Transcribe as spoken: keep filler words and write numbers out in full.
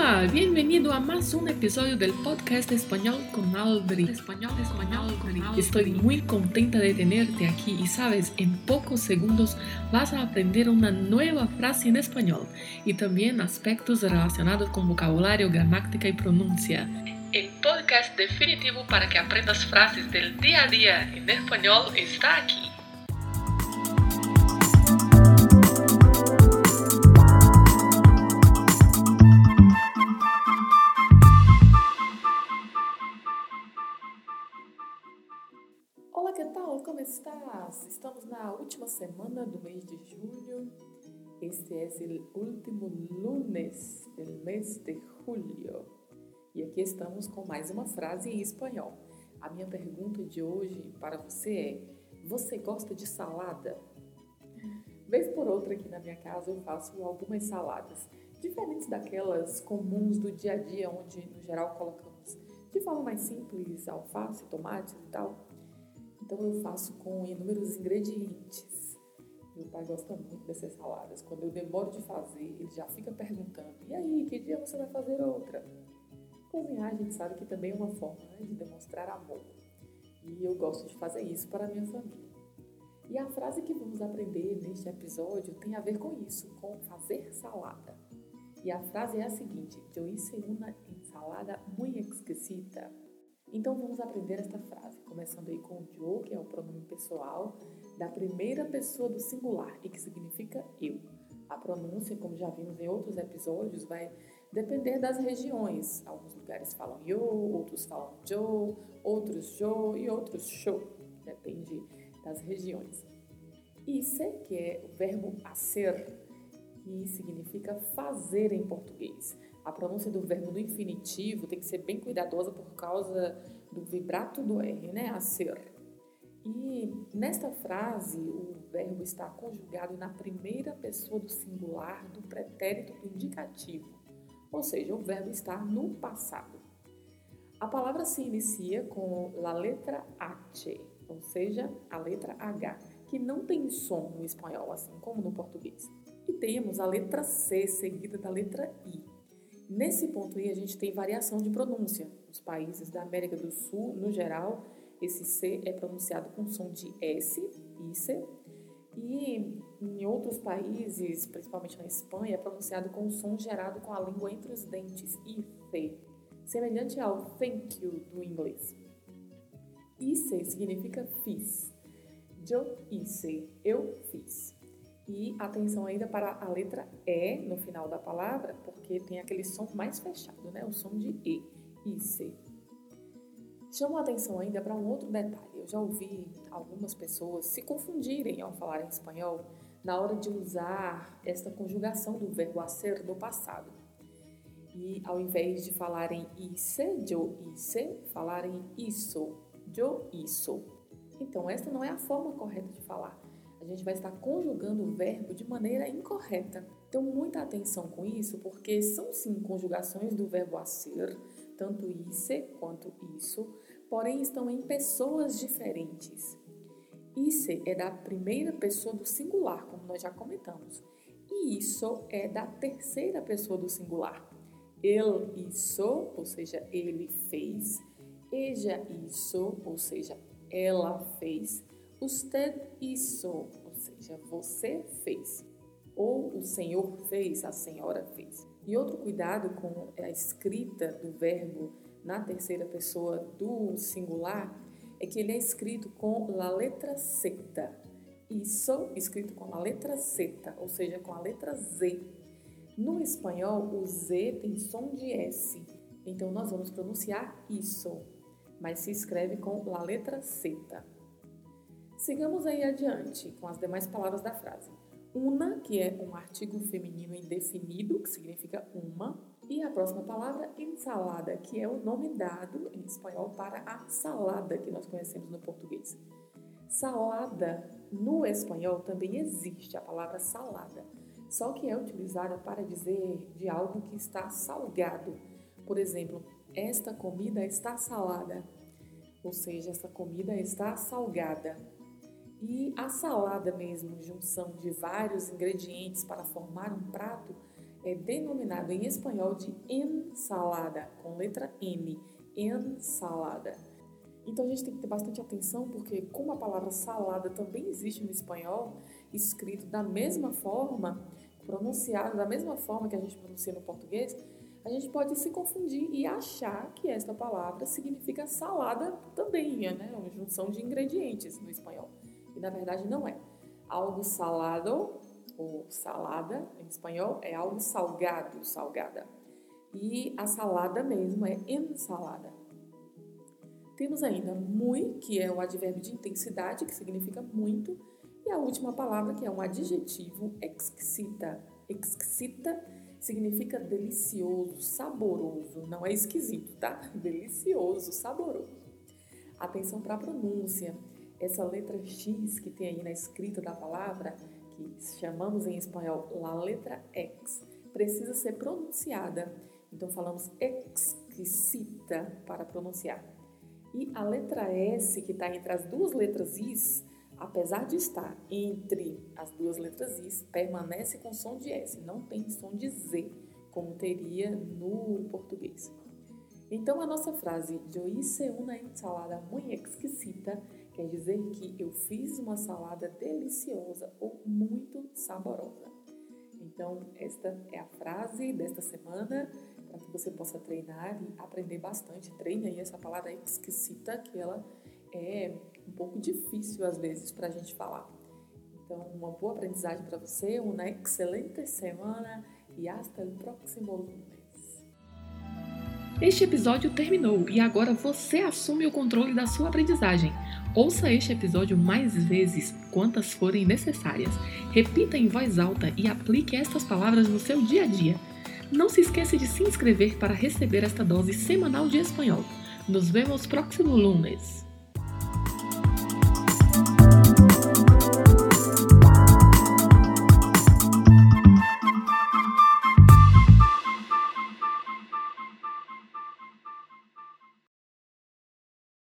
Hola, bienvenido a más un episodio del podcast Español con Aldri. Español, español con Aldri. Estoy muy contenta de tenerte aquí y sabes, en pocos segundos vas a aprender una nueva frase en español y también aspectos relacionados con vocabulario, gramática y pronuncia. El podcast definitivo para que aprendas frases del día a día en español está aquí. Olá, que tal? Como estás? Estamos na última semana do mês de julho. Este é o último lunes do mês de julho. E aqui estamos com mais uma frase em espanhol. A minha pergunta de hoje para você é: você gosta de salada? Vez por outra aqui na minha casa eu faço algumas saladas, diferentes daquelas comuns do dia a dia, onde no geral colocamos de forma mais simples alface, tomates e tal. Então eu faço com inúmeros ingredientes. Meu pai gosta muito dessas saladas. Quando eu demoro de fazer, ele já fica perguntando: e aí, que dia você vai fazer outra? Cozinhar, a gente sabe que também é uma forma, né, de demonstrar amor. E eu gosto de fazer isso para a minha família. E a frase que vamos aprender neste episódio tem a ver com isso, com fazer salada. E a frase é a seguinte: yo hice una ensalada muy exquisita. Então vamos aprender esta frase, começando aí com o yo, que é o pronome pessoal da primeira pessoa do singular e que significa eu. A pronúncia, como já vimos em outros episódios, vai depender das regiões. Alguns lugares falam yo, outros falam yo, outros jo e outros sho. Depende das regiões. Hice, que é o verbo hacer, que significa fazer em português. A pronúncia do verbo no infinitivo tem que ser bem cuidadosa por causa do vibrato do R, né? Hacer. E nesta frase, o verbo está conjugado na primeira pessoa do singular do pretérito do indicativo. Ou seja, o verbo está no passado. A palavra se inicia com a letra H, ou seja, a letra H, que não tem som no espanhol, assim como no português. E temos a letra C, seguida da letra I. Nesse ponto aí, a gente tem variação de pronúncia. Nos países da América do Sul, no geral, esse C é pronunciado com som de S, ice, e em outros países, principalmente na Espanha, é pronunciado com o som gerado com a língua entre os dentes, ice, semelhante ao thank you do inglês. Ice significa fiz. Yo hice, eu fiz. E atenção ainda para a letra E no final da palavra, porque tem aquele som mais fechado, né? O som de E, hice. Chamo a atenção ainda para um outro detalhe. Eu já ouvi algumas pessoas se confundirem ao falar em espanhol na hora de usar esta conjugação do verbo hacer no passado. E ao invés de falarem hice, yo hice, falarem hizo, yo hizo. Então, esta não é a forma correta de falar. A gente vai estar conjugando o verbo de maneira incorreta. Então, muita atenção com isso, porque são sim conjugações do verbo hacer, tanto hice quanto isso, porém estão em pessoas diferentes. Hice é da primeira pessoa do singular, como nós já comentamos, e isso é da terceira pessoa do singular. Él hizo, ou seja, ele fez. Ella hizo, ou seja, ela fez. Usted hizo, ou seja, você fez. Ou o senhor fez, a senhora fez. E outro cuidado com a escrita do verbo na terceira pessoa do singular é que ele é escrito com a letra zeta. Hizo, escrito com a letra zeta, ou seja, com a letra Z. No espanhol, o Z tem som de S. Então, nós vamos pronunciar isso, mas se escreve com a letra zeta. Sigamos aí adiante com as demais palavras da frase. Una, que é um artigo feminino indefinido, que significa uma. E a próxima palavra, ensalada, que é o nome dado em espanhol para a salada que nós conhecemos no português. Salada, no espanhol, também existe a palavra salada, só que é utilizada para dizer de algo que está salgado. Por exemplo, esta comida está salada, ou seja, essa comida está salgada. E a salada mesmo, junção de vários ingredientes para formar um prato, é denominado em espanhol de ensalada, com letra N, ensalada. Então a gente tem que ter bastante atenção, porque como a palavra salada também existe no espanhol, escrito da mesma forma, pronunciado da mesma forma que a gente pronuncia no português, a gente pode se confundir e achar que esta palavra significa salada também, né? Uma junção de ingredientes no espanhol. E na verdade não é. Algo salado, ou salada em espanhol, é algo salgado, salgada. E a salada mesmo é ensalada. Temos ainda muy, que é o advérbio de intensidade, que significa muito. E a última palavra, que é um adjetivo, exquisita. Exquisita significa delicioso, saboroso. Não é esquisito, tá? Delicioso, saboroso. Atenção para a pronúncia. Essa letra X que tem aí na escrita da palavra, que chamamos em espanhol la letra X, precisa ser pronunciada. Então falamos exquisita para pronunciar. E a letra S, que está entre as duas letras Is, apesar de estar entre as duas letras Is, permanece com som de S, não tem som de Z, como teria no português. Então, a nossa frase "Yo hice una ensalada muy exquisita" quer dizer que eu fiz uma salada deliciosa ou muito saborosa. Então, esta é a frase desta semana, para que você possa treinar e aprender bastante. Treine aí essa palavra exquisita, que ela é um pouco difícil às vezes para a gente falar. Então, uma boa aprendizagem para você, uma excelente semana e hasta o próximo lunes. Este episódio terminou e agora você assume o controle da sua aprendizagem. Ouça este episódio mais vezes, quantas forem necessárias. Repita em voz alta e aplique estas palavras no seu dia a dia. Não se esqueça de se inscrever para receber esta dose semanal de espanhol. Nos vemos próximo lunes.